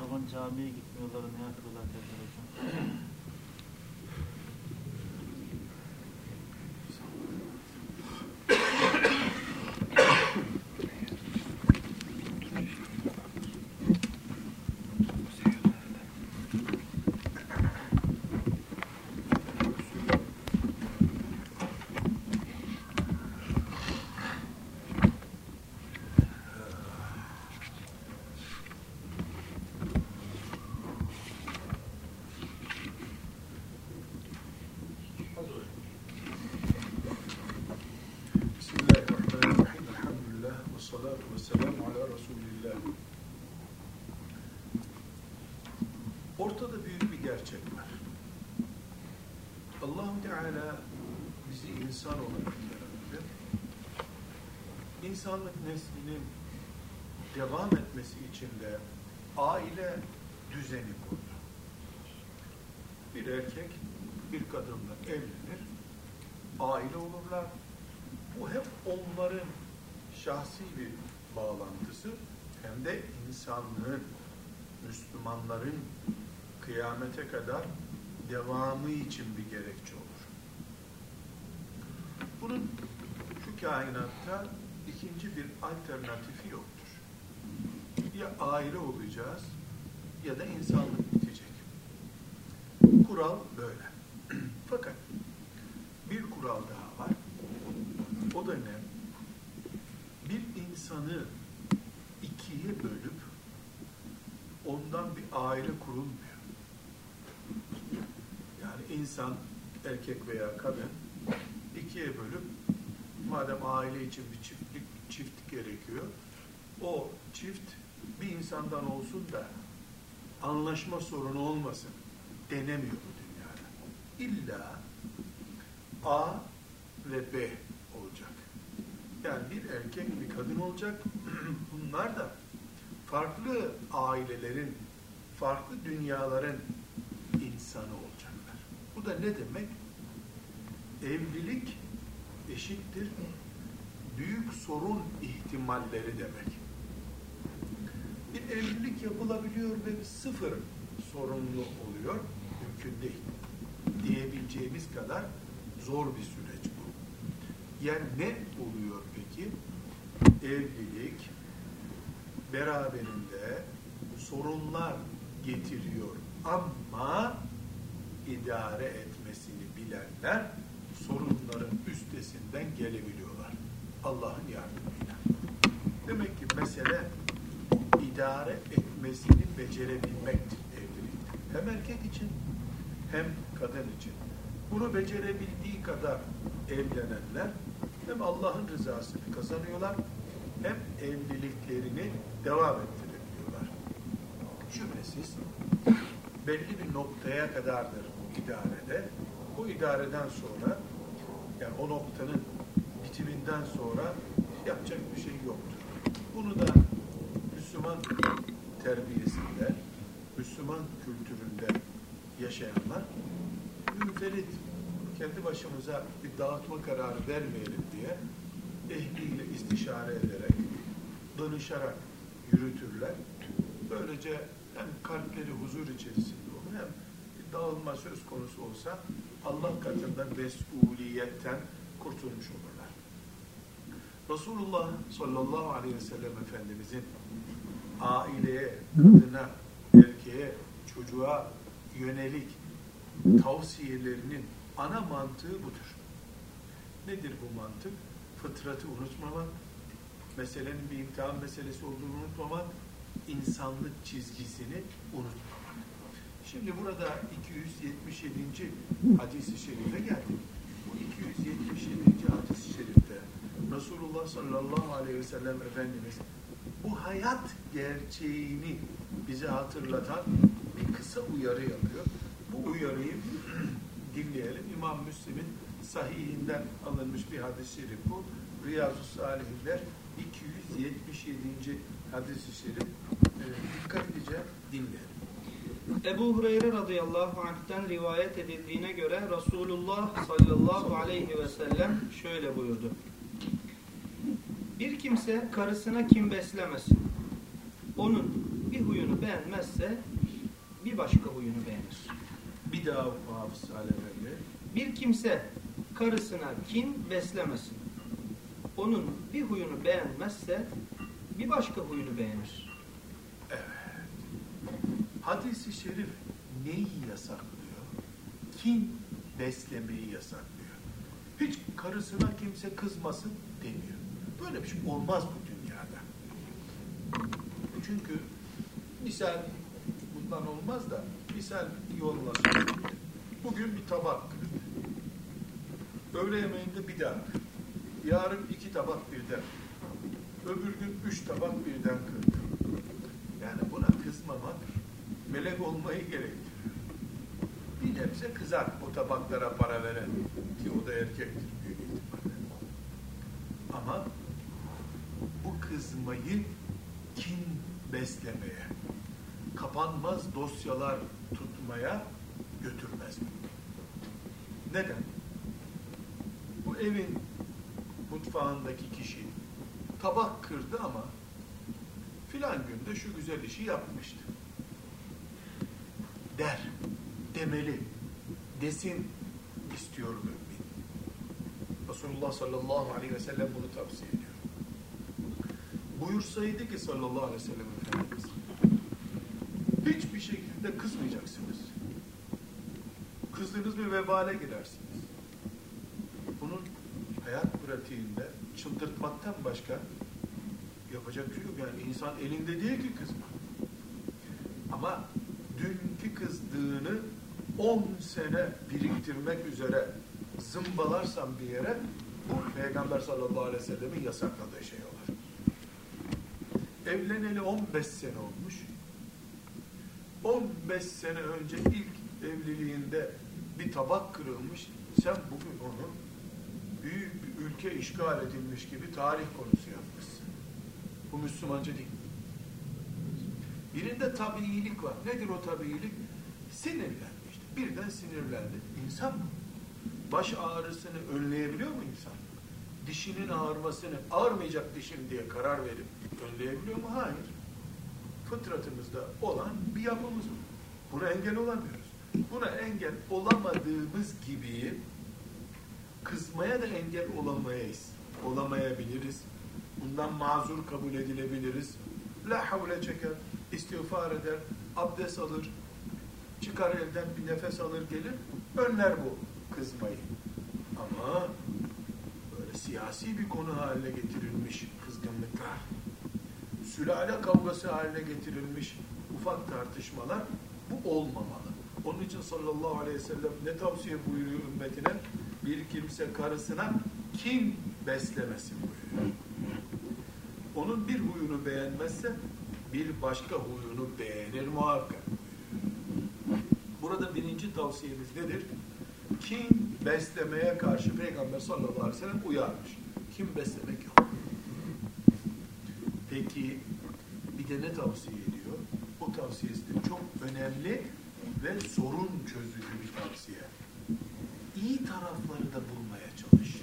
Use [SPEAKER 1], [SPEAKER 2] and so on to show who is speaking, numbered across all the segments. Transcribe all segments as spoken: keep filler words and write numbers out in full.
[SPEAKER 1] zaman camiye gitmiyorlar, ne yapıyorlar derler hocam?
[SPEAKER 2] Ortada büyük bir gerçek var. Allah-u Teala bizi insan olarak yarattı. İnsanlık neslinin devam etmesi için de aile düzeni kurdu. Bir erkek bir kadınla evlenir, aile olurlar. Bu hep onların şahsi bir bağlantısı, hem de insanlığın, Müslümanların kıyamete kadar devamı için bir gerekçe olur. Bunun şu kainatta ikinci bir alternatifi yoktur. Ya aile olacağız ya da insanlık bitecek. Kural böyle. Fakat bir kural daha var. O da ne? Bir insanı ikiye bölüp ondan bir aile kurulmuyor. Yani insan, erkek veya kadın ikiye bölüp, madem aile için bir çiftlik, çift gerekiyor, o çift bir insandan olsun da anlaşma sorunu olmasın denemiyor bu dünyada. İlla A ve B olacak. Yani bir erkek, bir kadın olacak. Bunlar da farklı ailelerin, farklı dünyaların insanı olacaklar. Bu da ne demek? Evlilik eşittir büyük sorun ihtimalleri demek. Bir evlilik yapılabiliyor ve sıfır sorunlu oluyor. Mümkün değil. Diyebileceğimiz kadar zor bir süreç bu. Yani ne oluyor peki? Evlilik beraberinde sorunlar getiriyor ama idare etmesini bilenler sorunların üstesinden gelebiliyorlar. Allah'ın yardımıyla. Demek ki mesele idare etmesini becerebilmektir evlilikte. Hem erkek için hem kadın için. Bunu becerebildiği kadar evlenenler hem Allah'ın rızasını kazanıyorlar hem evliliklerini devam ettirebiliyorlar. Şüphesiz belli bir noktaya kadardır idarede. Bu idareden sonra, yani o noktanın bitiminden sonra yapacak bir şey yoktur. Bunu da Müslüman terbiyesinde, Müslüman kültüründe yaşayanlar münferit, kendi başımıza bir dağıtma kararı vermeyelim diye ehliyle istişare ederek, danışarak yürütürler. Böylece hem kalpleri huzur içerisinde olur, hem bir dağılma söz konusu olsa Allah katında mesuliyetten kurtulmuş olurlar. Resulullah sallallahu aleyhi ve sellem Efendimizin aileye, kadına, erkeğe, çocuğa yönelik tavsiyelerinin ana mantığı budur. Nedir bu mantık? Fıtratı unutmamak, meselenin bir imtihan meselesi olduğunu unutmamak, insanlık çizgisini unutmamak. Şimdi burada iki yüz yetmiş yedinci hadis-i şerife geldik. Bu iki yüz yetmiş yedinci hadis-i şerifte Resulullah sallallahu aleyhi ve sellem Efendimiz bu hayat gerçeğini bize hatırlatan bir kısa uyarı yapıyor. Bu uyarıyı dinleyelim. İmam Müslim'in sahihinden alınmış bir hadis-i şerif bu. Riyazu Salihinler iki yüz yetmiş yedinci hadis-i şerif. E, dikkatlice dinleyelim.
[SPEAKER 3] Ebu Hureyre radıyallahu anh'ten rivayet edildiğine göre Resulullah sallallahu aleyhi ve sellem şöyle buyurdu. Bir kimse karısına kin beslemesin. Onun bir huyunu beğenmezse bir başka huyunu beğenir.
[SPEAKER 2] Bir daha oku Hafız Ali Efendi.
[SPEAKER 3] Bir kimse karısına kin beslemesin. Onun bir huyunu beğenmezse bir başka huyunu beğenir.
[SPEAKER 2] Evet. Hadis-i şerif neyi yasaklıyor? Kin beslemeyi yasaklıyor. Hiç karısına kimse kızmasın demiyor. Böyle bir şey olmaz bu dünyada. Çünkü misal bundan olmaz da misal yolla söyleyeyim. Bugün bir tabak kırdı. Öğle yemeğinde bir daha kırdı. Yarın iki tabak birden. Öbür gün üç tabak birden kırdı. Yani buna kızmamak melek olmayı gerektiriyor. Bir nebze kızar o tabaklara para veren ki o da erkektir büyük ihtimalle. Ama bu kızmayı kin beslemeye, kapanmaz dosyalar tutmaya götürmez mi? Neden? Bu evin mutfağındaki kişi tabak kırdı ama filan günde şu güzel işi yapmıştı. Der, demeli, desin istiyor mümin. Resulullah sallallahu aleyhi ve sellem bunu tavsiye ediyor. Buyursaydı ki sallallahu aleyhi ve sellem Efendimiz, hiçbir şekilde kızmayacaksınız. Kızdığınız bir vebale girersiniz. Bunun hayat pratiğinde çıldırtmaktan başka yapacak bir şey yok. Yani insan elinde değil ki kızma. Ama dünkü kızdığını on sene biriktirmek üzere zımbalarsan bir yere, bu Peygamber sallallahu aleyhi ve sellemin yasakladığı şey olur. Evleneli on beş sene olmuş. on beş sene önce ilk evliliğinde bir tabak kırılmış. Sen bugün onu büyük bir ülke işgal edilmiş gibi tarih konusu yapmışsın. Bu Müslümanca değil. Birinde tabiilik var. Nedir o tabiilik? Sinirlendi işte. Birden sinirlendi. İnsan mı? Baş ağrısını önleyebiliyor mu insan? Dişinin ağrımasını, ağrımayacak dişim diye karar verip önleyebiliyor mu? Hayır. Fıtratımızda olan bir yapımız bu. Buna engel olamıyoruz. Buna engel olamadığımız gibi kızmaya da engel olamayız. Olamayabiliriz. Bundan mazur kabul edilebiliriz. La havle çeker, istiğfar eder, abdest alır, çıkar evden bir nefes alır gelir, önler bu kızmayı. Ama böyle siyasi bir konu haline getirilmiş kızgınlıklar, sülale kavgası haline getirilmiş ufak tartışmalar, bu olmamalı. Onun için sallallahu aleyhi ve sellem ne tavsiye buyuruyor ümmetine? Bir kimse karısına kin beslemesin buyuruyor. Onun bir huyunu beğenmezse bir başka huyunu beğenir muhakkak. Burada birinci tavsiyemiz nedir? Kin beslemeye karşı Peygamber sallallahu aleyhi ve sellem uyarmış. Kin beslemek yok. Peki bir de ne tavsiye ediyor? O tavsiyesi de çok önemli ve sorun çözücü bir tavsiye. İyi tarafları da bulmaya çalış.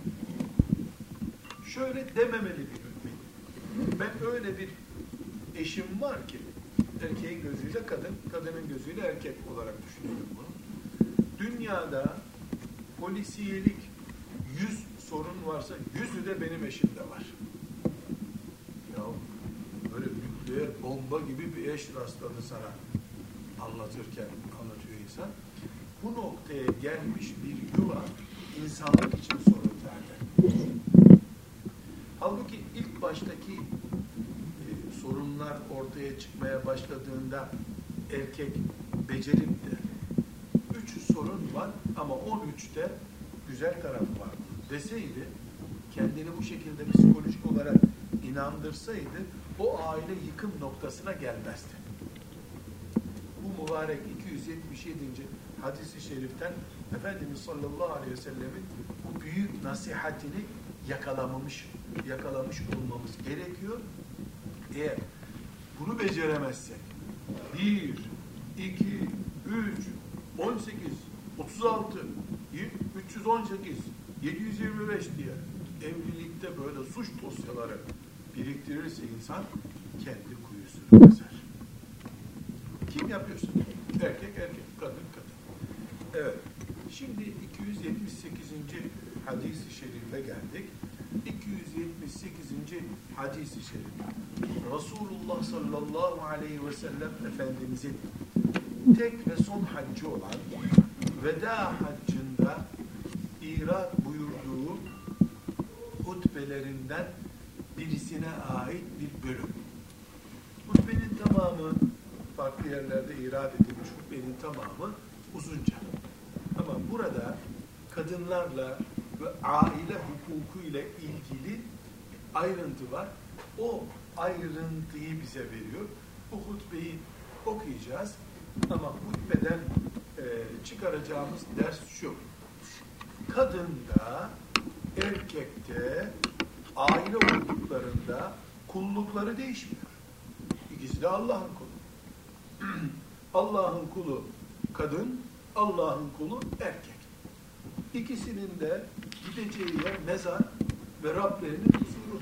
[SPEAKER 2] Şöyle dememeli bir mümin. Ben öyle bir eşim var ki, erkeğin gözüyle kadın, kadının gözüyle erkek olarak düşünüyorum bunu. Dünyada polisiyelik yüz sorun varsa yüzü de benim eşimde var. Ya böyle nükleer bomba gibi bir eş rastladı sana anlatırken, anlatıyor insan. Bu noktaya gelmiş bir yuva insanlık için sorun zaten. Halbuki ilk baştaki e, sorunlar ortaya çıkmaya başladığında erkek becerip de üç sorun var ama on üçte güzel taraf var deseydi, kendini bu şekilde psikolojik olarak inandırsaydı o aile yıkım noktasına gelmezdi. Bu mübarek iki yüz yetmiş yedinci hadis-i şeriften Efendimiz sallallahu aleyhi ve sellemin bu büyük nasihatini yakalamamış, yakalamış olmamız gerekiyor. Eğer bunu beceremezsek bir, iki, üç, on sekiz, otuz altı, üç yüz on sekiz, yedi yüz yirmi beş diye evlilikte böyle suç dosyaları biriktirirse insan kendi kuyusunu kazar. yapıyorsun. Erkek erkek, kadın kadın. Evet. Şimdi iki yüz yetmiş sekizinci hadis-i şerife geldik. iki yüz yetmiş sekizinci hadis-i şerif. Resulullah sallallahu aleyhi ve sellem Efendimizin tek ve son haccı olan veda haccında irat buyurduğu hutbelerinden birisine ait bir bölüm. Hutbenin tamamı farklı yerlerde irat edilmiş, hutbenin tamamı uzunca. Ama burada kadınlarla ve aile hukuku ile ilgili ayrıntı var. O ayrıntıyı bize veriyor. Bu hutbeyi okuyacağız. Ama hutbeden e, çıkaracağımız ders şu. Kadında, erkekte, aile olduklarında kullukları değişmiyor. İkisi de Allah'ın kulu. Allah'ın kulu kadın, Allah'ın kulu erkek. İkisinin de gideceği yer mezar ve Rablerinin huzuru.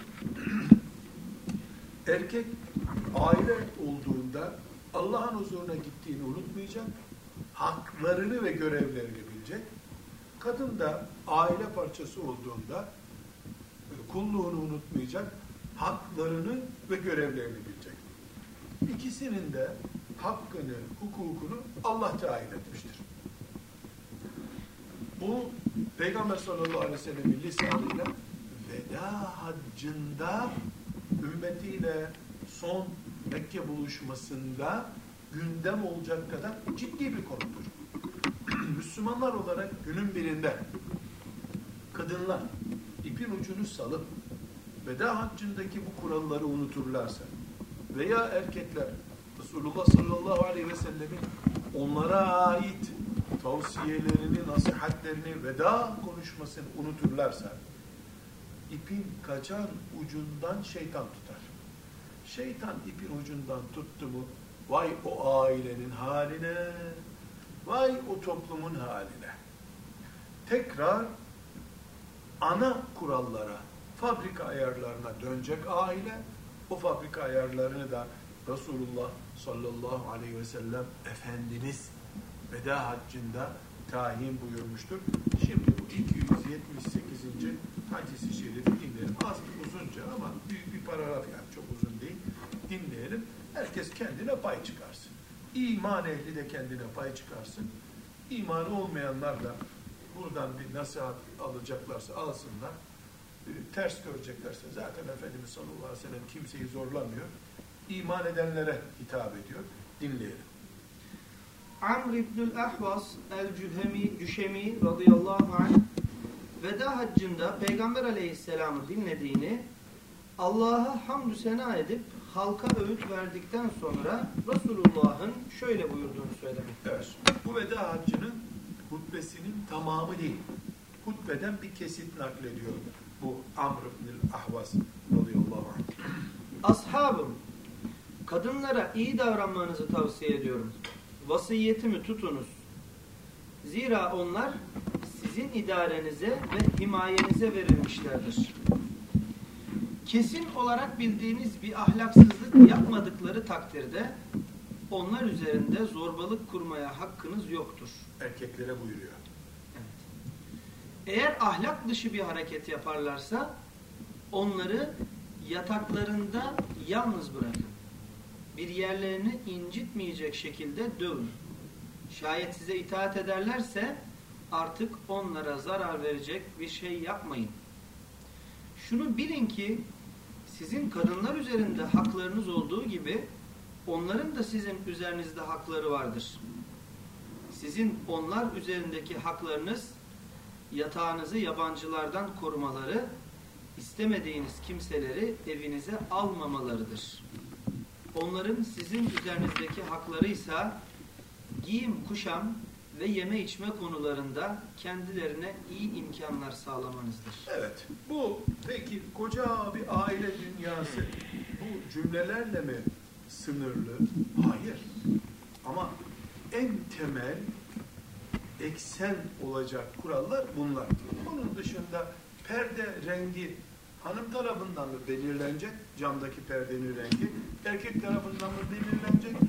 [SPEAKER 2] Erkek aile olduğunda Allah'ın huzuruna gittiğini unutmayacak, haklarını ve görevlerini bilecek. Kadın da aile parçası olduğunda kulluğunu unutmayacak, haklarını ve görevlerini bilecek. İkisinin de hakkını, hukukunu Allah tayin etmiştir. Bu Peygamber sallallahu aleyhi ve sellem'in lisanıyla veda haccında ümmetiyle son Mekke buluşmasında gündem olacak kadar ciddi bir konudur. Müslümanlar olarak günün birinde kadınlar ipin ucunu salıp veda haccındaki bu kuralları unuturlarsa veya erkekler Resulullah sallallahu aleyhi ve sellemin onlara ait tavsiyelerini, nasihatlerini, veda konuşmasını unuturlarsa ipin kaçan ucundan şeytan tutar. Şeytan ipin ucundan tuttu mu vay o ailenin haline, vay o toplumun haline. Tekrar ana kurallara, fabrika ayarlarına dönecek aile, o fabrika ayarlarını da Resulullah sallallahu aleyhi ve sellem Efendimiz veda haccında tayin buyurmuştur. Şimdi bu iki yüz yetmiş sekizinci hadis-i şerifi dinleyelim. Az uzunca ama büyük bir paragraf, yani çok uzun değil. Dinleyelim. Herkes kendine pay çıkarsın. İman ehli de kendine pay çıkarsın. İmanı olmayanlar da buradan bir nasihat alacaklarsa alsınlar. Ters göreceklerse zaten Efendimiz sallallahu aleyhi ve sellem kimseyi zorlamıyor. İman edenlere hitap ediyor. Dinleyelim.
[SPEAKER 3] Amr İbnül Ahvas el-Cühemi Cüşemi radıyallahu anh veda haccında Peygamber aleyhisselamı dinlediğini, Allah'a hamdü sena edip halka öğüt verdikten sonra Resulullah'ın şöyle buyurduğunu söylemektedir.
[SPEAKER 2] Evet. Bu veda haccının hutbesinin tamamı değil. Hutbeden bir kesit naklediyor bu Amr İbnül Ahvas radıyallahu anh.
[SPEAKER 3] Ashabım, kadınlara iyi davranmanızı tavsiye ediyorum. Vasiyetimi tutunuz. Zira onlar sizin idarenize ve himayenize verilmişlerdir. Kesin olarak bildiğiniz bir ahlaksızlık yapmadıkları takdirde onlar üzerinde zorbalık kurmaya hakkınız yoktur.
[SPEAKER 2] Erkeklere buyuruyor.
[SPEAKER 3] Evet. Eğer ahlak dışı bir hareket yaparlarsa onları yataklarında yalnız bırakın. Bir yerlerini incitmeyecek şekilde dövün. Şayet size itaat ederlerse artık onlara zarar verecek bir şey yapmayın. Şunu bilin ki sizin kadınlar üzerinde haklarınız olduğu gibi onların da sizin üzerinizde hakları vardır. Sizin onlar üzerindeki haklarınız yatağınızı yabancılardan korumaları, istemediğiniz kimseleri evinize almamalarıdır. Onların sizin üzerinizdeki hakları ise giyim, kuşam ve yeme içme konularında kendilerine iyi imkanlar sağlamanızdır.
[SPEAKER 2] Evet. Bu peki koca bir aile dünyası bu cümlelerle mi sınırlı? Hayır. Ama en temel eksen olacak kurallar bunlar. Onun dışında perde rengi hanım tarafından mı belirlenecek? Camdaki perdenin rengi. Erkek tarafından mı belirlenecek?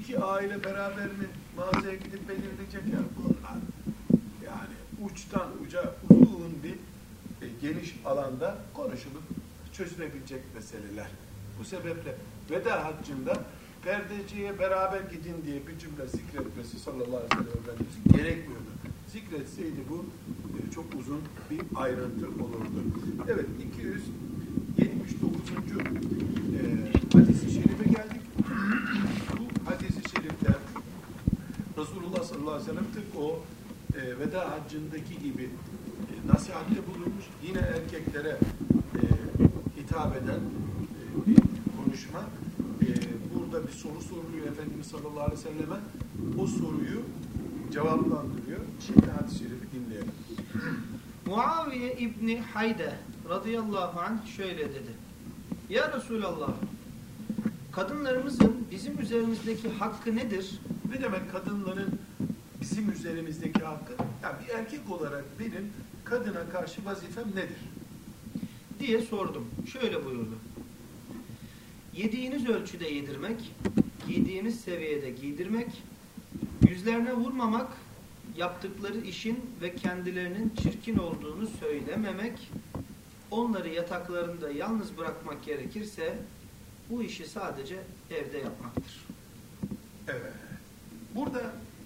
[SPEAKER 2] iki aile beraber mi mağazaya gidip belirleyecek ya bunlar. Yani uçtan uca uzun bir e, geniş alanda konuşulup çözülebilecek meseleler. Bu sebeple veda haccında perdeciye beraber gidin diye bir cümle zikretmesi sallallahu aleyhi ve sellem Efendimiz'in gerekmiyordu. Zikretseydi bu e, çok uzun bir ayrıntı olurdu. Evet, iki yüz yetmiş dokuzuncu E, hadis-i şerife geldik. Bu hadis-i şerifte Resulullah sallallahu aleyhi ve sellem tıpkı o e, veda haccındaki gibi e, nasihatte bulunmuş. Yine erkeklere e, hitap eden e, bir konuşma. E, burada bir soru soruluyor Efendimiz sallallahu aleyhi ve selleme. O soruyu cevaplandırıyor. Şimdi hadis-i şerifi dinleyelim.
[SPEAKER 3] Muaviye İbni Hayde radıyallahu anh şöyle dedi. Ya Resulallah, kadınlarımızın bizim üzerimizdeki hakkı nedir?
[SPEAKER 2] Ne demek kadınların bizim üzerimizdeki hakkı? Yani bir erkek olarak benim kadına karşı vazifem nedir?
[SPEAKER 3] Diye sordum. Şöyle buyurdu. Yediğiniz ölçüde yedirmek, giydiğiniz seviyede giydirmek, yüzlerine vurmamak, yaptıkları işin ve kendilerinin çirkin olduğunu söylememek, onları yataklarında yalnız bırakmak gerekirse bu işi sadece evde yapmaktır.
[SPEAKER 2] Evet. Burada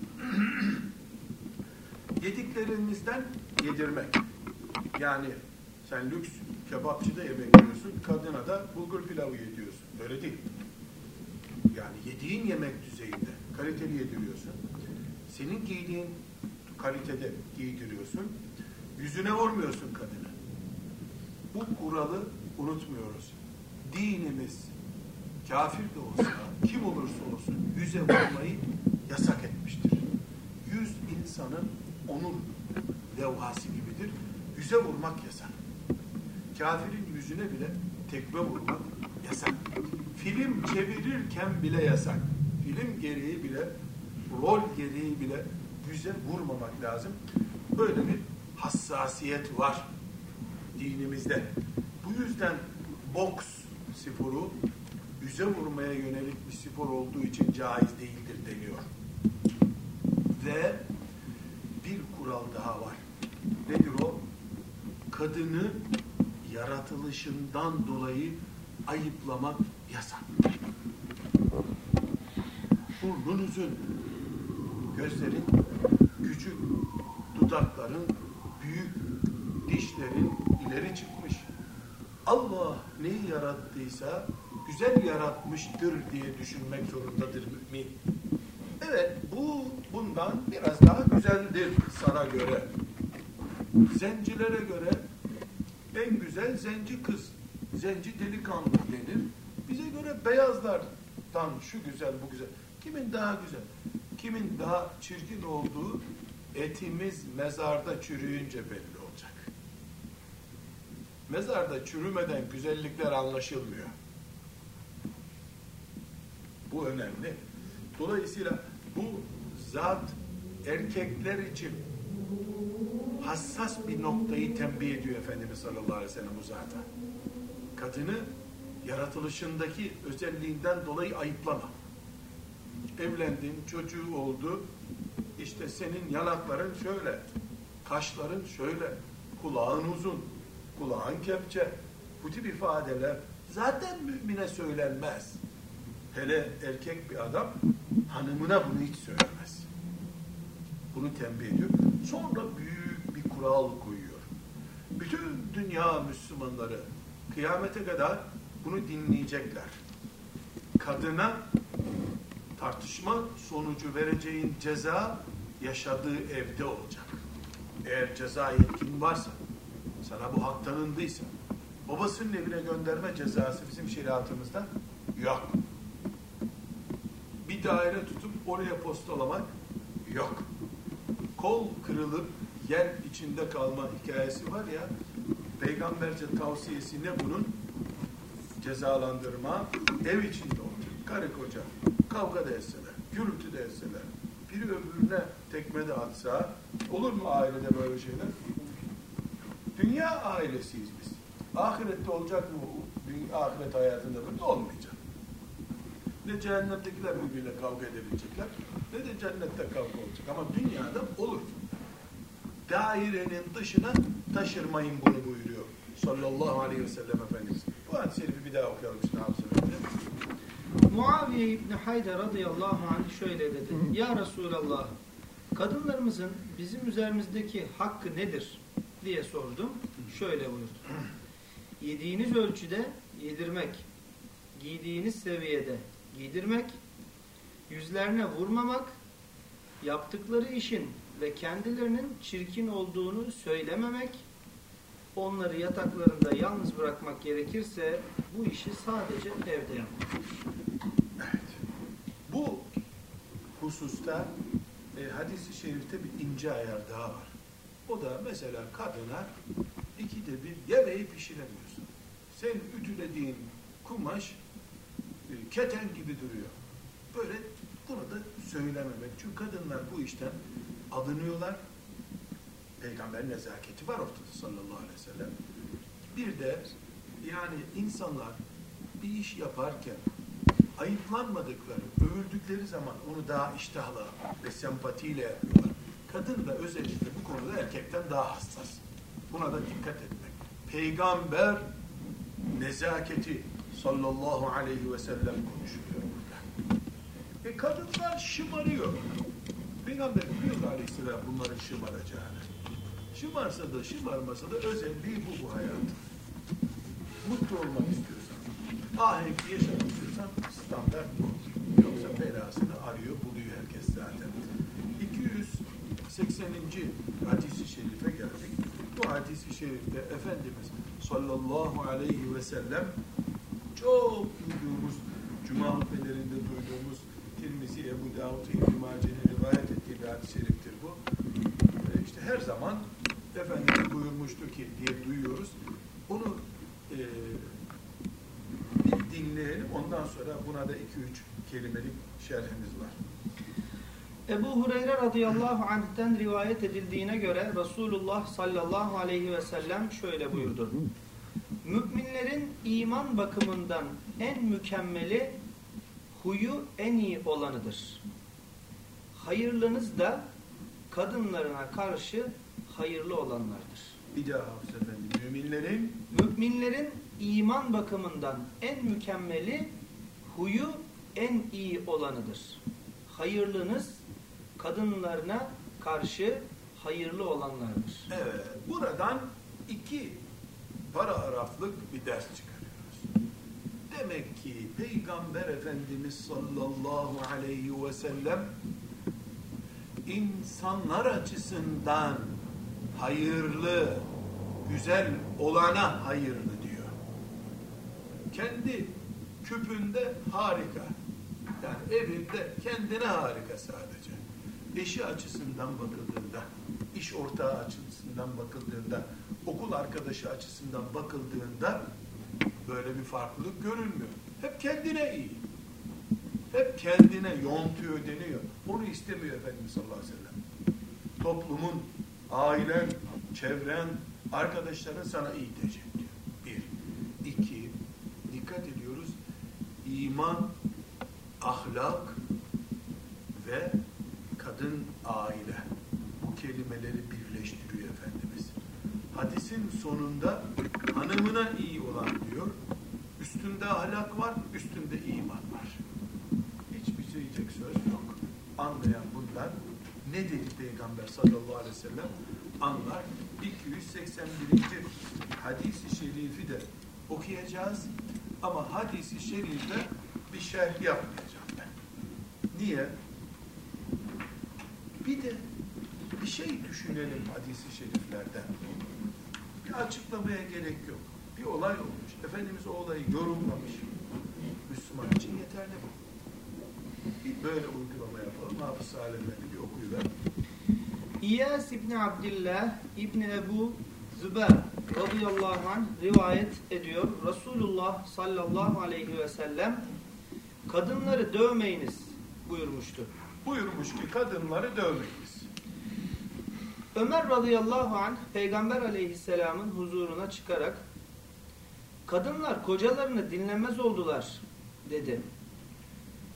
[SPEAKER 2] yediklerinizden yedirmek. Yani sen lüks kebapçıda yemek yiyorsun, kadına da bulgur pilavı yediyorsun. Öyle değil. Yani yediğin yemek düzeyinde kaliteli yediriyorsun. Senin giydiğin kalitede giydiriyorsun. Yüzüne vurmuyorsun kadını. Bu kuralı unutmuyoruz. Dinimiz kafir de olsa, kim olursa olsun yüze vurmayı yasak etmiştir. Yüz insanın onur levhası gibidir. Yüze vurmak yasak. Kafirin yüzüne bile tekme vurmak yasak. Film çevirirken bile yasak. Film gereği bile, rol gereği bile yüze vurmamak lazım. Böyle bir hassasiyet var dinimizde. Bu yüzden boks sporu yüze vurmaya yönelik bir spor olduğu için caiz değildir deniyor. Ve bir kural daha var. Nedir o? Kadını yaratılışından dolayı ayıplamak yasak. Burnunuzun, gözlerin küçük, dudakların büyük, dişlerin ileri çıkmış. Allah neyi yarattıysa güzel yaratmıştır diye düşünmek zorundadır mümin. Evet, bu bundan biraz daha güzeldir sana göre. Zencilere göre en güzel zenci kız, zenci delikanlı denir. Bize göre beyazlardan şu güzel, bu güzel. Kimin daha güzel, kimin daha çirkin olduğu etimiz mezarda çürüyünce belli olacak. Mezarda çürümeden güzellikler anlaşılmıyor. Bu önemli. Dolayısıyla bu zat erkekler için hassas bir noktayı tembih ediyor Efendimiz sallallahu aleyhi ve sellem bu zata. Kadını yaratılışındaki özelliğinden dolayı ayıplama. Evlendin, çocuğu oldu, işte senin yanakların şöyle, kaşların şöyle, kulağın uzun, kulağın kepçe, bu tip ifadeler zaten mümine söylenmez. Hele erkek bir adam hanımına bunu hiç söylemez. Bunu tembih ediyor. Sonra büyük bir kural koyuyor. Bütün dünya Müslümanları kıyamete kadar bunu dinleyecekler. Kadına tartışma sonucu vereceğin ceza yaşadığı evde olacak. Eğer ceza yetkin varsa, sana bu hak tanındıysa, babasının evine gönderme cezası bizim şeriatımızda yok. Bir daire tutup oraya postalamak yok. Kol kırılıp yer içinde kalma hikayesi var ya, peygamberce tavsiyesi ne bunun? Cezalandırma ev içinde olacak. Karı koca kavga da etseler, gürültü de etseler, biri öbürüne tekme de atsa, olur mu ailede böyle şeyler? Dünya ailesiyiz biz. Ahirette olacak mı? Dünya, ahiret hayatında böyle olmayacak. Ne cehennemdekiler birbiriyle kavga edebilecekler, ne de cennette kavga olacak. Ama dünyada olur. Dairenin dışına taşırmayın bunu buyuruyor sallallahu aleyhi ve sellem Efendimiz. Bu hadis-i şerifi bir daha okuyalım işte Hafız'ın.
[SPEAKER 3] Muaviye İbni Hayder radıyallahu anh şöyle dedi. Ya Resulallah, kadınlarımızın bizim üzerimizdeki hakkı nedir diye sordum. Şöyle buyurdu. Yediğiniz ölçüde yedirmek, giydiğiniz seviyede giydirmek, yüzlerine vurmamak, yaptıkları işin ve kendilerinin çirkin olduğunu söylememek, onları yataklarında yalnız bırakmak gerekirse bu işi sadece evde yapmak.
[SPEAKER 2] Evet. Bu hususta e, hadis-i şerifte bir ince ayar daha var. O da mesela kadına ikide bir yemeği pişiremiyorsun. Sen ütülediğin kumaş e, keten gibi duruyor. Böyle bunu da söylememek. Çünkü kadınlar bu işten alınıyorlar. Peygamber nezaketi var ortada sallallahu aleyhi ve sellem. Bir de yani insanlar bir iş yaparken ayıplanmadıkları, övüldükleri zaman onu daha iştahla ve sempatiyle yapıyorlar. Kadın da özellikle bu konuda erkekten daha hassas. Buna da dikkat etmek. Peygamber nezaketi sallallahu aleyhi ve sellem konuşuyor burada. E kadınlar şımarıyor. Peygamber biliyor aleyhisselam bunların şımaracağını. Şımarsa da şımarmasa da özelliği bu bu hayatın. Mutlu olmak istiyorsan, ahenkli yaşamak istiyorsan standart bu. Yoksa belasını arıyor, buluyor herkes zaten. iki yüz sekseninci hadis-i şerife geldik. Bu hadis-i şerifte Efendimiz sallallahu aleyhi ve sellem çok duyduğumuz, Cuma hutbelerinde duyduğumuz Tirmizi, Ebu Davud, İbn-i Mace'nin rivayet ettiği bir hadis-i şeriftir bu. Ee, işte her zaman Efendimiz buyurmuştur ki diye duyuyoruz. Onu e, bir dinleyelim. Ondan sonra buna da iki üç kelimelik şerhimiz var.
[SPEAKER 3] Ebu Hureyre radıyallahu anh'ten rivayet edildiğine göre Resulullah sallallahu aleyhi ve sellem şöyle buyurdu. Müminlerin iman bakımından en mükemmeli huyu en iyi olanıdır. Hayırlınız da kadınlarına karşı hayırlı olanlardır.
[SPEAKER 2] Bir daha Hafız Efendi. Müminlerin
[SPEAKER 3] Müminlerin iman bakımından en mükemmeli huyu en iyi olanıdır. Hayırlınız kadınlarına karşı hayırlı olanlardır.
[SPEAKER 2] Evet. Buradan iki paragraflık bir ders çıkarıyoruz. Demek ki Peygamber Efendimiz sallallahu aleyhi ve sellem insanlar açısından hayırlı, güzel olana hayırlı diyor. Kendi küpünde harika. Yani evinde kendine harika sadece. Eşi açısından bakıldığında, iş ortağı açısından bakıldığında, okul arkadaşı açısından bakıldığında böyle bir farklılık görülmüyor. Hep kendine iyi. Hep kendine yontuyor deniyor. Onu istemiyor Efendimiz sallallahu aleyhi ve sellem. Toplumun, ailen, çevren, arkadaşların sana iyi diyecek diyor. Bir. İki. Dikkat ediyoruz. İman, ahlak ve kadın aile. Bu kelimeleri birleştiriyor Efendimiz. Hadisin sonunda hanımına iyi olan diyor. Üstünde ahlak var, üstünde iman var. Hiçbir şey diyecek söz yok. Anlayan bunlar ne dedi Peygamber sallallahu aleyhi ve sellem anlar. iki yüz seksen birinci hadis-i şerifi de okuyacağız. Ama hadis-i şerife bir şerh yapmayacağım ben. Niye? Bir de bir şey düşünelim hadis-i şeriflerden. Bir açıklamaya gerek yok. Bir olay olmuş. Efendimiz o olayı yorumlamış. Müslüman için yeterli bu. Bir böyle uygulama yapalım. Hafız Salim'leri bir okuyuver.
[SPEAKER 3] İyas İbni Abdillah İbni Ebu Züber radıyallahu anh rivayet ediyor. Resulullah sallallahu aleyhi ve sellem kadınları dövmeyiniz buyurmuştu.
[SPEAKER 2] Buyurmuş ki kadınları dövmeyiniz.
[SPEAKER 3] Ömer radıyallahu anh Peygamber aleyhisselamın huzuruna çıkarak kadınlar kocalarını dinlemez oldular dedi.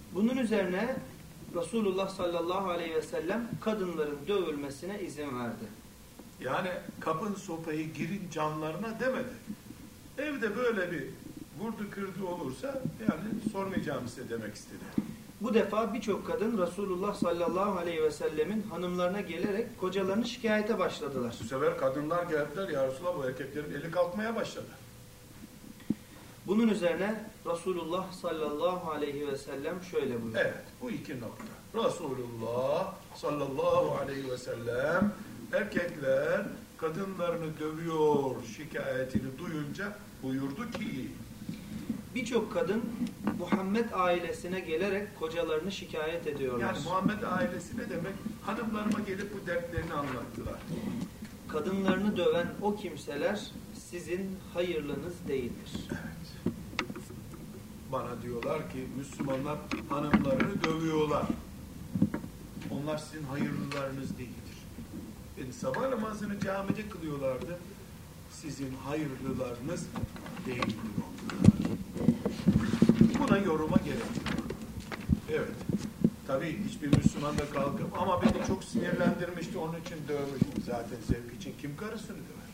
[SPEAKER 3] Bunun üzerine Resulullah sallallahu aleyhi ve sellem kadınların dövülmesine izin verdi.
[SPEAKER 2] Yani kapın sopayı girin canlarına demedi. Evde böyle bir vurdu kırdı olursa yani sormayacağım size demek istedi.
[SPEAKER 3] Bu defa birçok kadın Resulullah sallallahu aleyhi ve sellemin hanımlarına gelerek kocalarını şikayete başladılar.
[SPEAKER 2] Bu sefer kadınlar geldiler, ya Resulallah bu erkeklerin eli kalkmaya başladı.
[SPEAKER 3] Bunun üzerine Resulullah sallallahu aleyhi ve sellem şöyle buyurdu.
[SPEAKER 2] Evet, bu iki nokta. Resulullah sallallahu aleyhi ve sellem erkekler kadınlarını dövüyor şikayetini duyunca buyurdu ki
[SPEAKER 3] birçok kadın Muhammed ailesine gelerek kocalarını şikayet ediyorlar.
[SPEAKER 2] yani Muhammed ailesi ne demek? Hanımlarıma gelip bu dertlerini anlattılar.
[SPEAKER 3] Kadınlarını döven o kimseler sizin hayırlınız değildir.
[SPEAKER 2] Evet. Bana diyorlar ki Müslümanlar hanımlarını dövüyorlar. Onlar sizin hayırlılarınız değildir. Yani sabah namazını camide kılıyorlardı. Sizin hayırlılarınız değildir onlar. Buna yoruma gerek yok. Evet. Tabii hiçbir Müslüman da kalkıp ama beni çok sinirlendirmişti onun için dövmüştüm. Zaten zevk için kim karısını döver?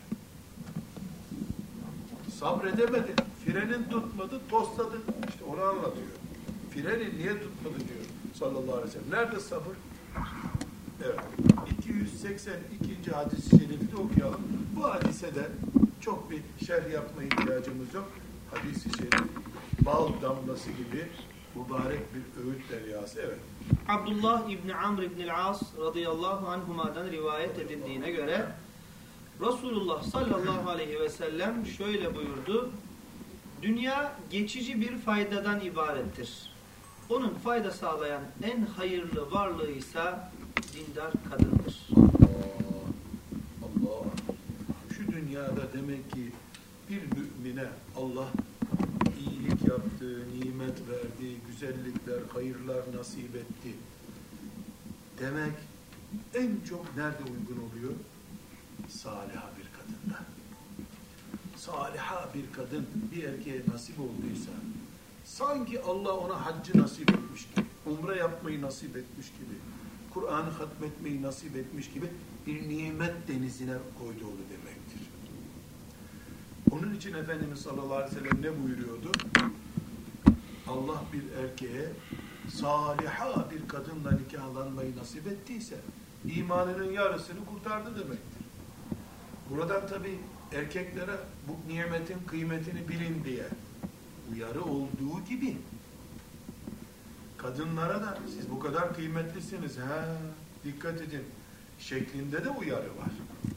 [SPEAKER 2] Sabredemedi. Frenin tutmadı, tosladı. İşte onu anlatıyor. Freni niye tutmadı diyor sallallahu aleyhi ve sellem. Nerede sabır? Evet. iki yüz seksen ikinci hadis-i şerifi de okuyalım. Bu hadisede çok bir şerh yapma ihtiyacımız yok. Hadis-i şerif bal damlası gibi mübarek bir öğüt deryası. Evet.
[SPEAKER 3] Abdullah İbni Amr İbni As radıyallahu anhuma'dan rivayet edildiğine göre Resulullah sallallahu aleyhi ve sellem şöyle buyurdu. Dünya geçici bir faydadan ibarettir. Onun fayda sağlayan en hayırlı varlığıysa dindar kadındır.
[SPEAKER 2] Allah, Allah. Şu dünyada demek ki bir mümine Allah iyilik yaptı, nimet verdi, güzellikler, hayırlar nasip etti. Demek en çok nerede uygun oluyor? Saliha bir kadında. Saliha bir kadın bir erkeğe nasip olduysa, sanki Allah ona haccı nasip etmiş gibi, umre yapmayı nasip etmiş gibi, Kur'an'ı hatmetmeyi nasip etmiş gibi bir nimet denizine koydu onu demektir. Onun için Efendimiz sallallahu aleyhi ve sellem ne buyuruyordu? Allah bir erkeğe saliha bir kadınla nikahlanmayı nasip ettiyse imanının yarısını kurtardı demektir. Buradan tabii erkeklere bu nimetin kıymetini bilin diye uyarı olduğu gibi kadınlara da siz bu kadar kıymetlisiniz, ha, dikkat edin şeklinde de uyarı var.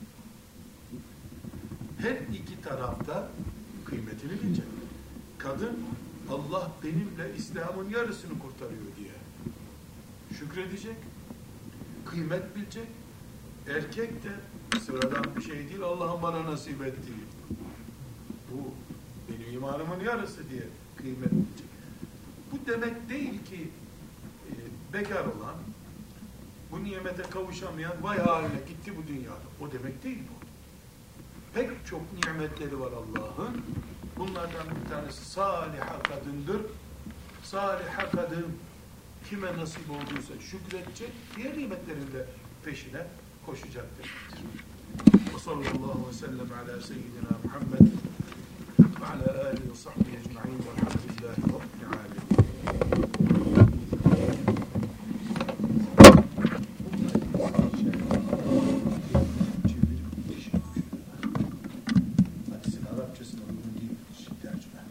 [SPEAKER 2] Her iki tarafta kıymetini bilecek. Kadın Allah benimle İslam'ın yarısını kurtarıyor diye şükredecek, kıymet bilecek. Erkek de sıradan bir şey değil, Allah'ın bana nasip ettiği. Bu benim imanımın yarısı diye kıymet bilecek. Bu demek değil ki e, bekar olan, bu nimete kavuşamayan vay haline gitti bu dünyada. O demek değil bu. Pek çok nimetleri var Allah'ın. Bunlardan bir tanesi saliha kadındır. Saliha kadın kime nasip olduysa şükredecek, diğer nimetlerin de peşine koşacaktır. Ve sallallahu aleyhi ve sellem ala seyyidina Muhammed ve ala alihi ve sahbihi ecma'in velhamdülillahi rabbil alemin. Hadisin Arapçasına uygun değil tercüme.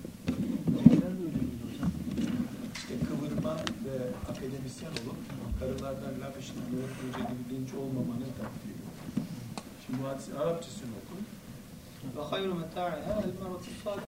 [SPEAKER 2] İşte kıvırma ve akademisyen olup karılardan laf işitmiyor, önce gibi dinç olmamanın takdiri. Şimdi bu hadisin Arapçasını okun.
[SPEAKER 3] Ve hayru metâ'iha el meratu